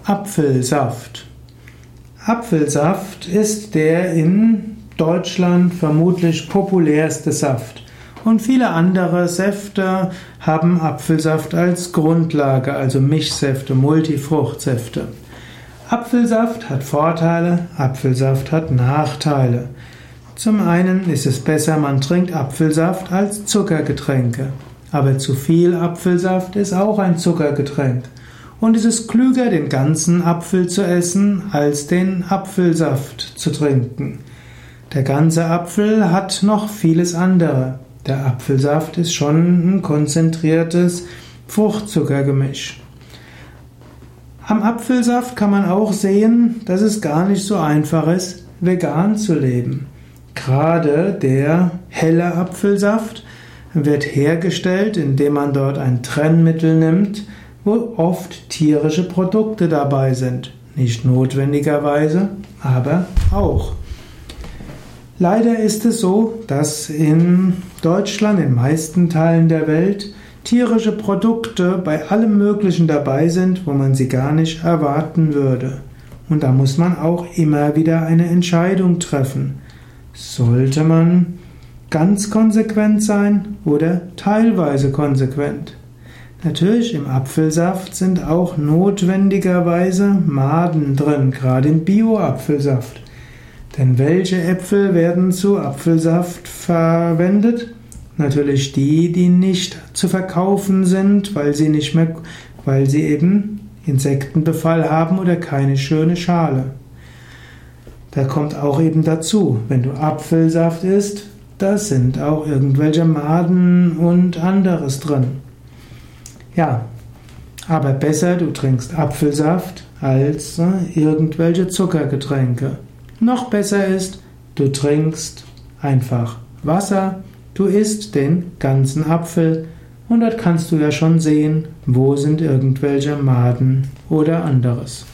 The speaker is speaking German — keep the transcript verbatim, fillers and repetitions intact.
Apfelsaft. Apfelsaft ist der in Deutschland vermutlich populärste Saft. Und viele andere Säfte haben Apfelsaft als Grundlage, also Mischsäfte, Multifruchtsäfte. Apfelsaft hat Vorteile, Apfelsaft hat Nachteile. Zum einen ist es besser, man trinkt Apfelsaft als Zuckergetränke. Aber zu viel Apfelsaft ist auch ein Zuckergetränk. Und es ist klüger, den ganzen Apfel zu essen, als den Apfelsaft zu trinken. Der ganze Apfel hat noch vieles andere. Der Apfelsaft ist schon ein konzentriertes Fruchtzuckergemisch. Am Apfelsaft kann man auch sehen, dass es gar nicht so einfach ist, vegan zu leben. Gerade der helle Apfelsaft wird hergestellt, indem man dort ein Trennmittel nimmt, wo oft tierische Produkte dabei sind. Nicht notwendigerweise, aber auch. Leider ist es so, dass in Deutschland, in meisten Teilen der Welt, tierische Produkte bei allem Möglichen dabei sind, wo man sie gar nicht erwarten würde. Und da muss man auch immer wieder eine Entscheidung treffen. Sollte man ganz konsequent sein oder teilweise konsequent? Natürlich, im Apfelsaft sind auch notwendigerweise Maden drin, gerade im Bio-Apfelsaft. Denn welche Äpfel werden zu Apfelsaft verwendet? Natürlich die, die nicht zu verkaufen sind, weil sie nicht mehr, weil sie eben Insektenbefall haben oder keine schöne Schale. Da kommt auch eben dazu, wenn du Apfelsaft isst, da sind auch irgendwelche Maden und anderes drin. Ja, aber besser, du trinkst Apfelsaft als äh, irgendwelche Zuckergetränke. Noch besser ist, du trinkst einfach Wasser, du isst den ganzen Apfel und dort kannst du ja schon sehen, wo sind irgendwelche Maden oder anderes.